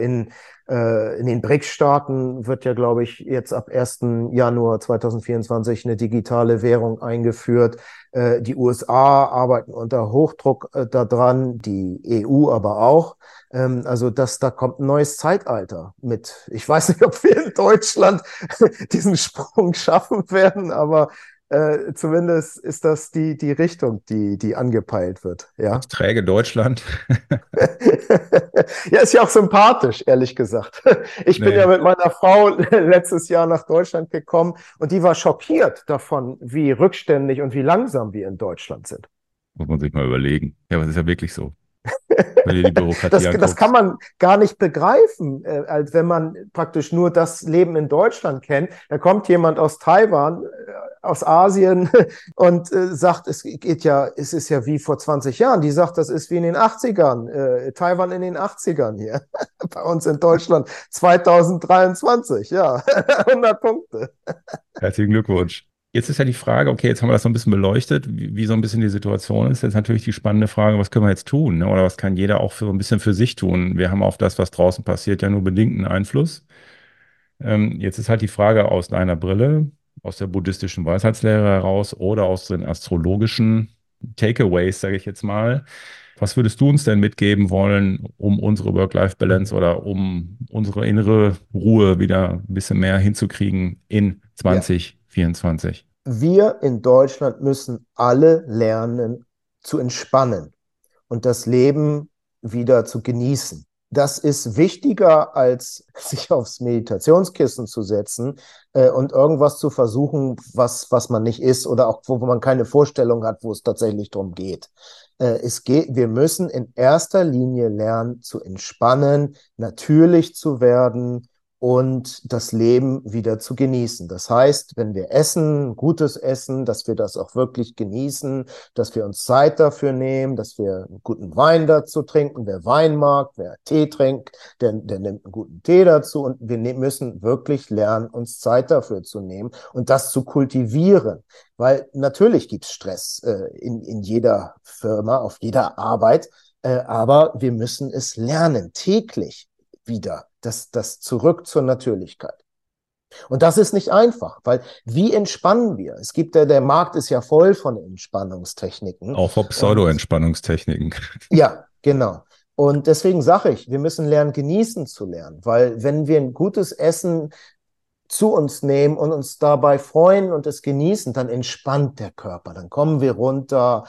in den BRICS-Staaten wird ja, glaube ich, jetzt ab 1. Januar 2024 eine digitale Währung eingeführt. Die USA arbeiten unter Hochdruck daran, die EU aber auch. Also da kommt ein neues Zeitalter mit. Ich weiß nicht, ob wir in Deutschland diesen Sprung schaffen werden, aber zumindest ist das die Richtung, die angepeilt wird. Das Ja. träge Deutschland. Ja, ist ja auch sympathisch, ehrlich gesagt. Ich bin ja Nee, mit meiner Frau letztes Jahr nach Deutschland gekommen und die war schockiert davon, wie rückständig und wie langsam wir in Deutschland sind. muss man sich mal überlegen. Ja, aber es ist ja wirklich so. Wenn du dir die Bürokratie Das kann anguckst. man gar nicht begreifen, als wenn man praktisch nur das Leben in Deutschland kennt. Da kommt jemand aus Taiwan, aus Asien und sagt, es ist ja wie vor 20 Jahren. Die sagt, das ist wie in den 80ern, Taiwan in den 80ern hier. Bei uns in Deutschland 2023, ja, 100 Punkte. Herzlichen Glückwunsch. Jetzt ist ja die Frage, okay, jetzt haben wir das so ein bisschen beleuchtet, wie so ein bisschen die Situation ist. Jetzt natürlich die spannende Frage, was können wir jetzt tun, ne? Oder was kann jeder auch für so ein bisschen für sich tun? Wir haben auf das, was draußen passiert, ja nur bedingten Einfluss. Jetzt ist halt die Frage aus deiner Brille, aus der buddhistischen Weisheitslehre heraus oder aus den astrologischen Takeaways, sage ich jetzt mal. Was würdest du uns denn mitgeben wollen, um unsere Work-Life-Balance oder um unsere innere Ruhe wieder ein bisschen mehr hinzukriegen in Ja, 2024? wir in Deutschland müssen alle lernen zu entspannen und das Leben wieder zu genießen. Das ist wichtiger, als sich aufs Meditationskissen zu setzen und irgendwas zu versuchen, was man nicht ist oder auch wo man keine Vorstellung hat, wo es tatsächlich darum geht. Wir müssen in erster Linie lernen zu entspannen, natürlich zu werden und das Leben wieder zu genießen. Das heißt, wenn wir essen, gutes Essen, dass wir das auch wirklich genießen, dass wir uns Zeit dafür nehmen, dass wir einen guten Wein dazu trinken. Wer Wein mag, wer Tee trinkt, der nimmt einen guten Tee dazu. Und wir müssen wirklich lernen, uns Zeit dafür zu nehmen und das zu kultivieren. Weil natürlich gibt es Stress in jeder Firma, auf jeder Arbeit, aber wir müssen es lernen, täglich wieder, das zurück zur Natürlichkeit. Und das ist nicht einfach, weil wie entspannen wir? Es gibt der Markt ist ja voll von Entspannungstechniken. Auch vor Und Pseudo-Entspannungstechniken. ja, genau. Und deswegen sage ich, wir müssen lernen, genießen zu lernen, weil wenn wir ein gutes Essen zu uns nehmen und uns dabei freuen und es genießen, dann entspannt der Körper, dann kommen wir runter,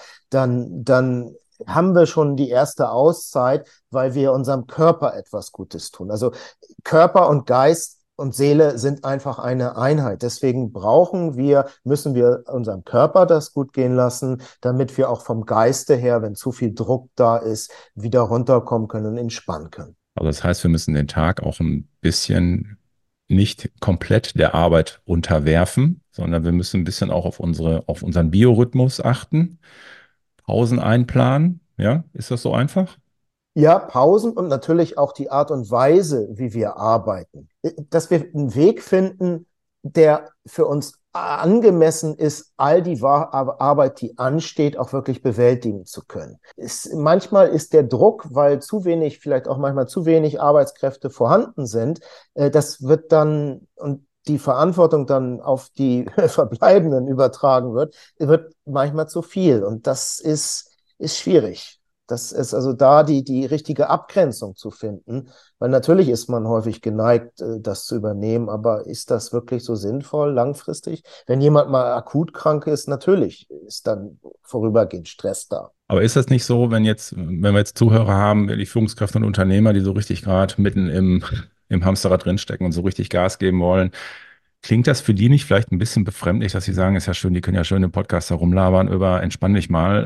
dann haben wir schon die erste Auszeit, weil wir unserem Körper etwas Gutes tun. Also Körper und Geist und Seele sind einfach eine Einheit. Deswegen müssen wir unserem Körper das gut gehen lassen, damit wir auch vom Geiste her, wenn zu viel Druck da ist, wieder runterkommen können und entspannen können. Also das heißt, wir müssen den Tag auch ein bisschen nicht komplett der Arbeit unterwerfen, sondern wir müssen ein bisschen auch auf unseren Biorhythmus achten, Pausen einplanen. Ja, ist das so einfach? Ja, Pausen und natürlich auch die Art und Weise, wie wir arbeiten. Dass wir einen Weg finden, der für uns angemessen ist, all die Arbeit, die ansteht, auch wirklich bewältigen zu können. Manchmal ist der Druck, weil vielleicht auch manchmal zu wenig Arbeitskräfte vorhanden sind, das wird dann und die Verantwortung dann auf die Verbleibenden übertragen wird manchmal zu viel. Und das ist schwierig. Das ist also da die richtige Abgrenzung zu finden, weil natürlich ist man häufig geneigt, das zu übernehmen, aber ist das wirklich so sinnvoll langfristig? Wenn jemand mal akut krank ist, natürlich ist dann vorübergehend Stress da. Aber ist das nicht so, wenn wir jetzt Zuhörer haben, die Führungskräfte und Unternehmer, die so richtig gerade mitten im Hamsterrad drinstecken und so richtig Gas geben wollen, klingt das für die nicht vielleicht ein bisschen befremdlich, dass sie sagen, ist ja schön, die können ja schön im Podcast herumlabern über entspann dich mal.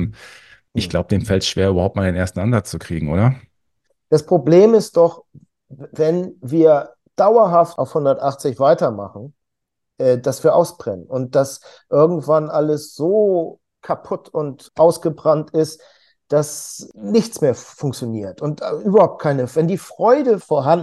Ich Hm. glaube, dem fällt es schwer, überhaupt mal den ersten Ansatz zu kriegen, oder? Das Problem ist doch, wenn wir dauerhaft auf 180 weitermachen, dass wir ausbrennen und dass irgendwann alles so kaputt und ausgebrannt ist, dass nichts mehr funktioniert und überhaupt wenn die Freude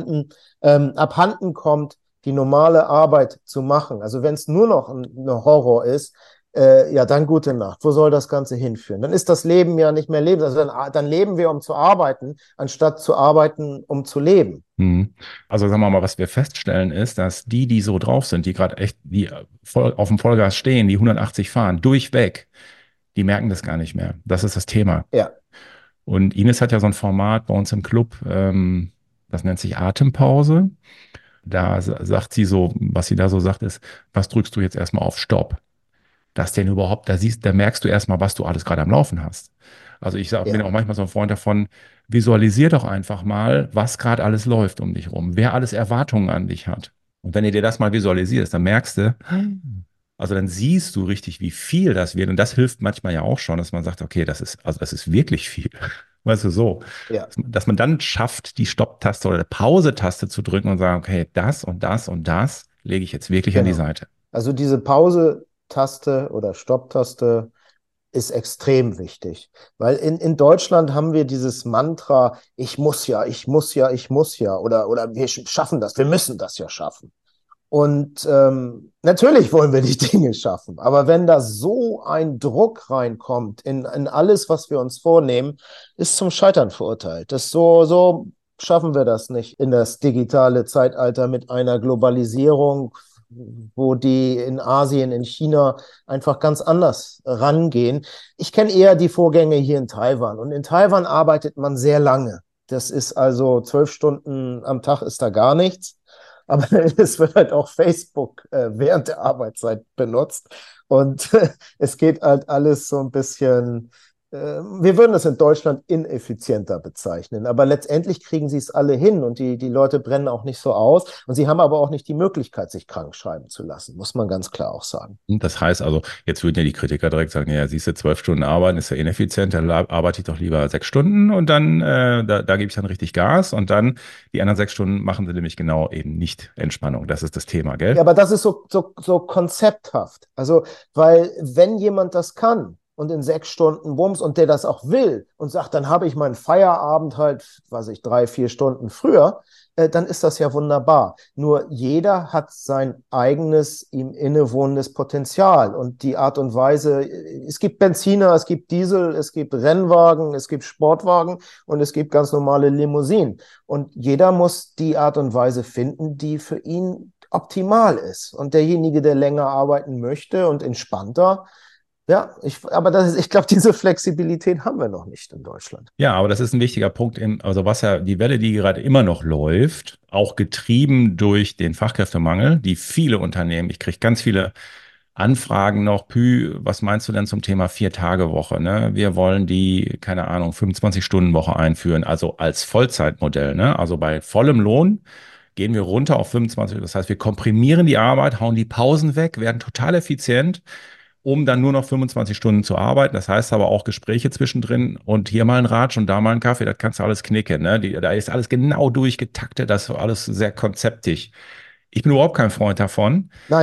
abhanden kommt, die normale Arbeit zu machen. Also wenn es nur noch ein Horror ist, ja, dann gute Nacht. Wo soll das Ganze hinführen? Dann ist das Leben ja nicht mehr Leben. Also dann leben wir, um zu arbeiten, anstatt zu arbeiten, um zu leben. Mhm. Also sagen wir mal, was wir feststellen ist, dass die so drauf sind, die gerade echt, die voll auf dem Vollgas stehen, die 180 fahren, durchweg, die merken das gar nicht mehr. Das ist das Thema. Ja, Und Ines hat ja so ein Format bei uns im Club, das nennt sich Atempause. Da sagt sie so, was sie da so sagt, ist, was drückst du jetzt erstmal auf Stopp? Dass denn überhaupt, da merkst du erstmal, was du alles gerade am Laufen hast. Also bin auch ja, manchmal so ein Freund davon, visualisier doch einfach mal, was gerade alles läuft um dich rum, wer alles Erwartungen an dich hat. Und wenn du dir das mal visualisierst, dann merkst du, also dann siehst du richtig, wie viel das wird. Und das hilft manchmal ja auch schon, dass man sagt, okay, das ist wirklich viel. Weißt du, so. ja, Dass man dann schafft, die Stopptaste oder Pause-Taste zu drücken und sagen, okay, das und das und das lege ich jetzt wirklich an die genau. Seite. Also diese Pause-Taste oder Stopp-Taste ist extrem wichtig, weil in Deutschland haben wir dieses Mantra, ich muss ja, ich muss ja, ich muss ja, oder wir schaffen das, wir müssen das ja schaffen. Und natürlich wollen wir die Dinge schaffen, aber wenn da so ein Druck reinkommt in alles, was wir uns vornehmen, ist zum Scheitern verurteilt. So schaffen wir das nicht in das digitale Zeitalter mit einer Globalisierung, wo die in Asien, in China einfach ganz anders rangehen. Ich kenne eher die Vorgänge hier in Taiwan. Und in Taiwan arbeitet man sehr lange. Das ist also 12 Stunden am Tag ist da gar nichts. Aber es wird halt auch Facebook während der Arbeitszeit benutzt. Und es geht halt alles so ein bisschen Wir würden es in Deutschland ineffizienter bezeichnen, aber letztendlich kriegen sie es alle hin und die Leute brennen auch nicht so aus und sie haben aber auch nicht die Möglichkeit, sich krank schreiben zu lassen, muss man ganz klar auch sagen. Das heißt also, jetzt würden ja die Kritiker direkt sagen, ja, siehst du, 12 Stunden arbeiten ist ja ineffizient, dann arbeite ich doch lieber 6 Stunden und dann, da gebe ich dann richtig Gas und dann die anderen 6 Stunden machen sie nämlich genau eben nicht Entspannung. Das ist das Thema, Ja, gell? aber das ist so konzepthaft. Also, weil wenn jemand das kann und in 6 Stunden Bums und der das auch will und sagt, dann habe ich meinen Feierabend halt, weiß ich, 3, 4 Stunden früher, dann ist das ja wunderbar. Nur jeder hat sein eigenes ihm innewohnendes Potenzial und die Art und Weise, es gibt Benziner, es gibt Diesel, es gibt Rennwagen, es gibt Sportwagen und es gibt ganz normale Limousinen. Und jeder muss die Art und Weise finden, die für ihn optimal ist. Und derjenige, der länger arbeiten möchte und entspannter, ja, aber ich glaube, diese Flexibilität haben wir noch nicht in Deutschland. Ja, aber das ist ein wichtiger Punkt, also was ja die Welle, die gerade immer noch läuft, auch getrieben durch den Fachkräftemangel, die viele Unternehmen, ich kriege ganz viele Anfragen noch, was meinst du denn zum Thema 4-Tage-Woche? Ne? Wir wollen die, keine Ahnung, 25-Stunden-Woche einführen, also als Vollzeitmodell. Ne? Also bei vollem Lohn gehen wir runter auf 25. Das heißt, wir komprimieren die Arbeit, hauen die Pausen weg, werden total effizient, um dann nur noch 25 Stunden zu arbeiten. Das heißt aber auch Gespräche zwischendrin und hier mal ein Ratsch und da mal ein Kaffee, das kannst du alles knicken. Ne? Da ist alles genau durchgetaktet, das ist alles sehr konzeptig. Ich bin überhaupt kein Freund davon. Nein,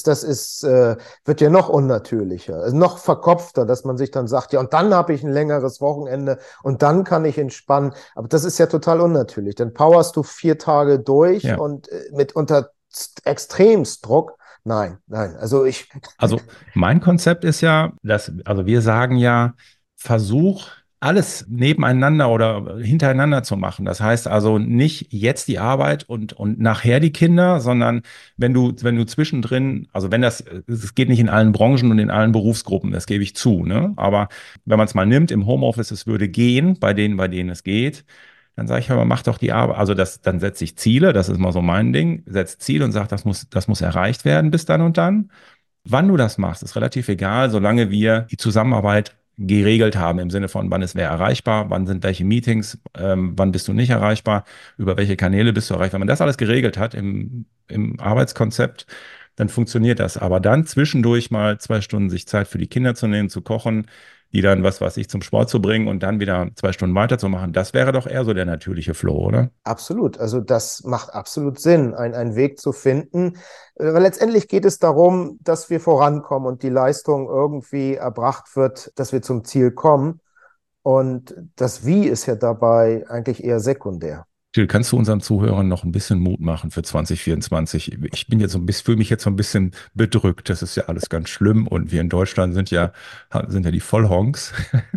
wird ja noch unnatürlicher, also noch verkopfter, dass man sich dann sagt, ja, und dann habe ich ein längeres Wochenende und dann kann ich entspannen. Aber das ist ja total unnatürlich. Dann powerst du 4 Tage durch Ja. und mit unter Extremsdruck. Nein, nein. Also mein Konzept ist ja, also wir sagen ja, versuch alles nebeneinander oder hintereinander zu machen. Das heißt also nicht jetzt die Arbeit und nachher die Kinder, sondern wenn du zwischendrin, also es geht nicht in allen Branchen und in allen Berufsgruppen, das gebe ich zu, ne? Aber wenn man es mal nimmt, im Homeoffice, es würde gehen, bei denen es geht, dann sage ich aber, mach doch die Arbeit, also dann setze ich Ziele, das ist mal so mein Ding, setz Ziele und sag, das muss erreicht werden bis dann und dann. Wann du das machst, ist relativ egal, solange wir die Zusammenarbeit geregelt haben im Sinne von, wann ist wer erreichbar, wann sind welche Meetings, wann bist du nicht erreichbar, über welche Kanäle bist du erreichbar. Wenn man das alles geregelt hat im Arbeitskonzept, dann funktioniert das. Aber dann zwischendurch mal 2 Stunden sich Zeit für die Kinder zu nehmen, zu kochen, die dann, was weiß ich, zum Sport zu bringen und dann wieder 2 Stunden weiterzumachen, das wäre doch eher so der natürliche Flow, oder? Absolut, also das macht absolut Sinn, einen Weg zu finden. Weil letztendlich geht es darum, dass wir vorankommen und die Leistung irgendwie erbracht wird, dass wir zum Ziel kommen. Und das Wie ist ja dabei eigentlich eher sekundär. Jill, kannst du unseren Zuhörern noch ein bisschen Mut machen für 2024? Ich bin jetzt so ein bisschen, fühle mich jetzt so ein bisschen bedrückt. Das ist ja alles ganz schlimm und wir in Deutschland sind ja die Vollhonks.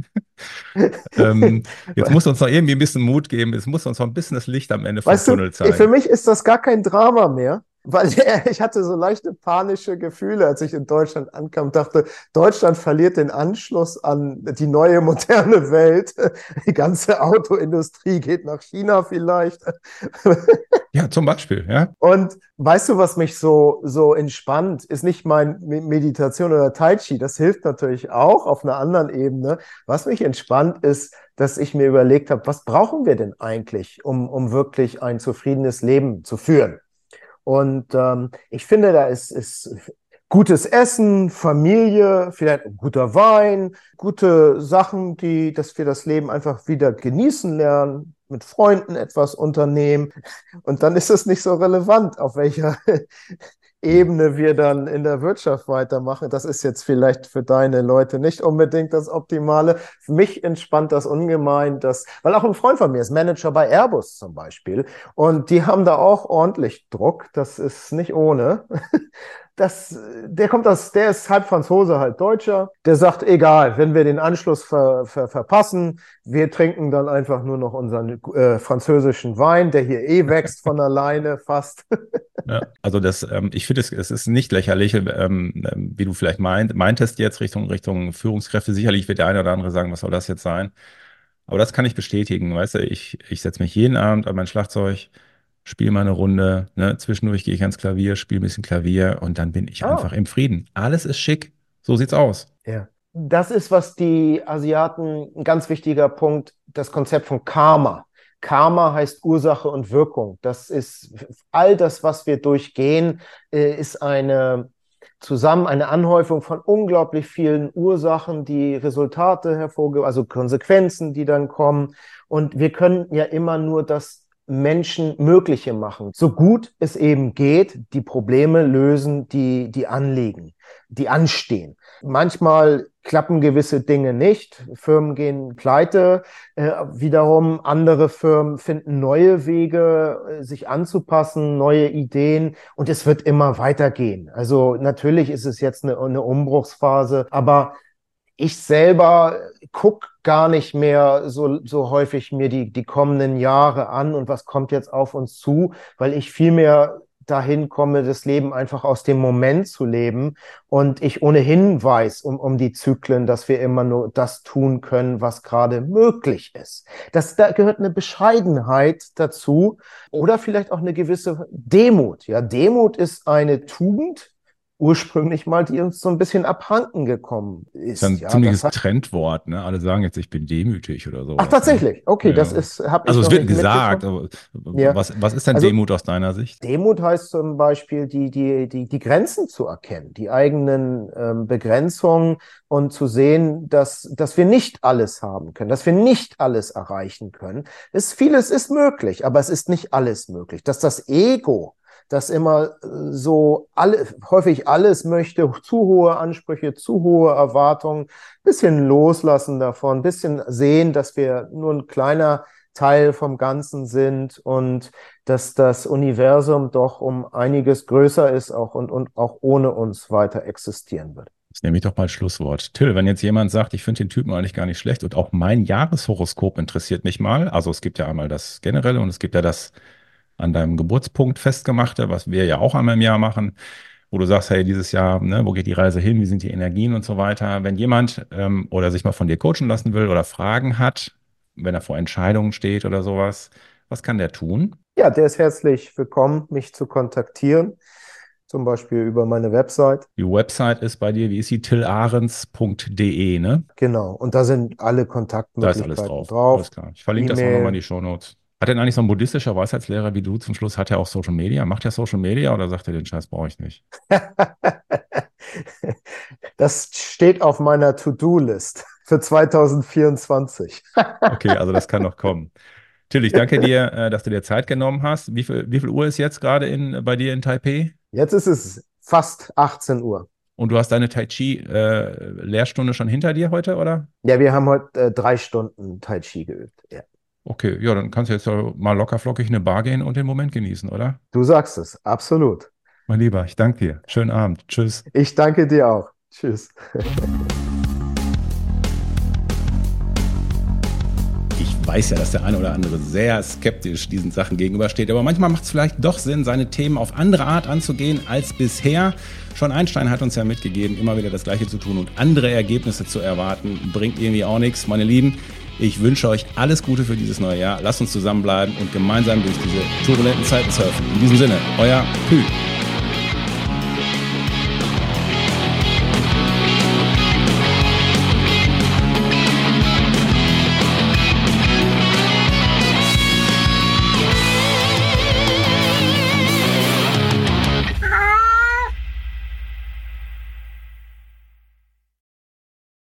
Jetzt muss uns noch irgendwie ein bisschen Mut geben. Es muss uns noch ein bisschen das Licht am Ende vom Weißt du, Tunnel für zeigen. mich ist das gar kein Drama mehr, weil ich hatte so leichte panische Gefühle, als ich in Deutschland ankam, dachte, Deutschland verliert den Anschluss an die neue moderne Welt. Die ganze Autoindustrie geht nach China vielleicht. Ja, zum Beispiel, ja. Und weißt du, was mich so entspannt, ist nicht mein Meditation oder Tai Chi, das hilft natürlich auch auf einer anderen Ebene. Was mich entspannt ist, dass ich mir überlegt habe, was brauchen wir denn eigentlich, um wirklich ein zufriedenes Leben zu führen? Und ich finde, ist gutes Essen, Familie, vielleicht ein guter Wein, gute Sachen, dass wir das Leben einfach wieder genießen lernen, mit Freunden etwas unternehmen. Und dann ist es nicht so relevant, auf welcher Ebene wir dann in der Wirtschaft weitermachen. Das ist jetzt vielleicht für deine Leute nicht unbedingt das Optimale. Für mich entspannt das ungemein, weil auch ein Freund von mir ist Manager bei Airbus zum Beispiel. Und die haben da auch ordentlich Druck. Das ist nicht ohne. Der ist halb Franzose, halb Deutscher. Der sagt, egal, wenn wir den Anschluss verpassen, wir trinken dann einfach nur noch unseren französischen Wein, der hier eh wächst von alleine fast. Ja, also ich finde, es ist nicht lächerlich, wie du vielleicht meintest jetzt Richtung Führungskräfte. Sicherlich wird der eine oder andere sagen, was soll das jetzt sein? Aber das kann ich bestätigen, weißt du, ich setze mich jeden Abend an mein Schlagzeug, spiele mal eine Runde, ne? Zwischendurch gehe ich ans Klavier, spiele ein bisschen Klavier und dann bin ich einfach Ah, im Frieden. Alles ist schick, so sieht's aus. ja. Das ist, was die Asiaten, ein ganz wichtiger Punkt, das Konzept von Karma. Karma heißt Ursache und Wirkung. Das ist all das, was wir durchgehen, ist eine Anhäufung von unglaublich vielen Ursachen, die Resultate hervorgeben, also Konsequenzen, die dann kommen. Und wir können ja immer nur das Menschenmögliche machen, so gut es eben geht, die Probleme lösen, die anliegen, die anstehen. Manchmal klappen gewisse Dinge nicht, Firmen gehen pleite, wiederum andere Firmen finden neue Wege, sich anzupassen, neue Ideen und es wird immer weitergehen. Also natürlich ist es jetzt eine Umbruchsphase, aber ich selber gucke gar nicht mehr so häufig mir die kommenden Jahre an und was kommt jetzt auf uns zu, weil ich viel mehr dahin komme, das Leben einfach aus dem Moment zu leben und ich ohnehin weiß um die Zyklen, dass wir immer nur das tun können, was gerade möglich ist. Da gehört eine Bescheidenheit dazu oder vielleicht auch eine gewisse Demut. Ja, Demut ist eine Tugend, ursprünglich mal, die uns so ein bisschen abhanden gekommen Das ist ein ist. Ja, ziemliches Trendwort, ne? Alle sagen jetzt, ich bin demütig oder ach, sowas. Ne? tatsächlich. Okay, das Ja. ist, habe ich Also es noch wird nicht gesagt, mitbekommen. aber Ja, was ist denn also Demut aus deiner Sicht? Demut heißt zum Beispiel, die Grenzen zu erkennen, die eigenen Begrenzungen und zu sehen, dass wir nicht alles haben können, dass wir nicht alles erreichen können. Vieles ist möglich, aber es ist nicht alles möglich. Dass das Ego, das immer häufig alles möchte, zu hohe Ansprüche, zu hohe Erwartungen, bisschen loslassen davon, bisschen sehen, dass wir nur ein kleiner Teil vom Ganzen sind und dass das Universum doch um einiges größer ist auch und auch ohne uns weiter existieren wird. Das nehme ich doch mal als Schlusswort. Till, wenn jetzt jemand sagt, ich finde den Typen eigentlich gar nicht schlecht und auch mein Jahreshoroskop interessiert mich mal, also es gibt ja einmal das Generelle und es gibt ja das an deinem Geburtspunkt festgemachte, was wir ja auch einmal im Jahr machen, wo du sagst, hey, dieses Jahr, ne, wo geht die Reise hin, wie sind die Energien und so weiter. Wenn jemand oder sich mal von dir coachen lassen will oder Fragen hat, wenn er vor Entscheidungen steht oder sowas, was kann der tun? Ja, der ist herzlich willkommen, mich zu kontaktieren, zum Beispiel über meine Website. Die Website ist bei dir, wie ist sie? tillarens.de, ne? Genau, und da sind alle Da ist alles Kontaktmöglichkeiten drauf. Alles drauf. klar. Ich verlinke das auch nochmal in E-Mail. die Shownotes. Hat denn eigentlich so ein buddhistischer Weisheitslehrer wie du zum Schluss, hat er auch Social Media? Macht er Social Media oder sagt er, den Scheiß brauche ich nicht? Das steht auf meiner To-Do-List für 2024. Okay, also das kann noch kommen. Till, ich danke dir, dass du dir Zeit genommen hast. Wie viel Uhr ist jetzt gerade bei dir in Taipei? Jetzt ist es fast 18 Uhr. Und du hast deine Tai Chi Lehrstunde schon hinter dir heute, oder? Ja, wir haben heute 3 Stunden Tai Chi geübt. Ja. Okay, ja, dann kannst du jetzt mal locker flockig in eine Bar gehen und den Moment genießen, oder? Du sagst es, absolut. Mein Lieber, ich danke dir. Schönen Abend. Tschüss. Ich danke dir auch. Tschüss. Ich weiß ja, dass der eine oder andere sehr skeptisch diesen Sachen gegenübersteht, aber manchmal macht es vielleicht doch Sinn, seine Themen auf andere Art anzugehen als bisher. Schon Einstein hat uns ja mitgegeben, immer wieder das Gleiche zu tun und andere Ergebnisse zu erwarten, bringt irgendwie auch nichts. Meine Lieben, ich wünsche euch alles Gute für dieses neue Jahr. Lasst uns zusammenbleiben und gemeinsam durch diese turbulenten Zeiten surfen. In diesem Sinne, euer Pü.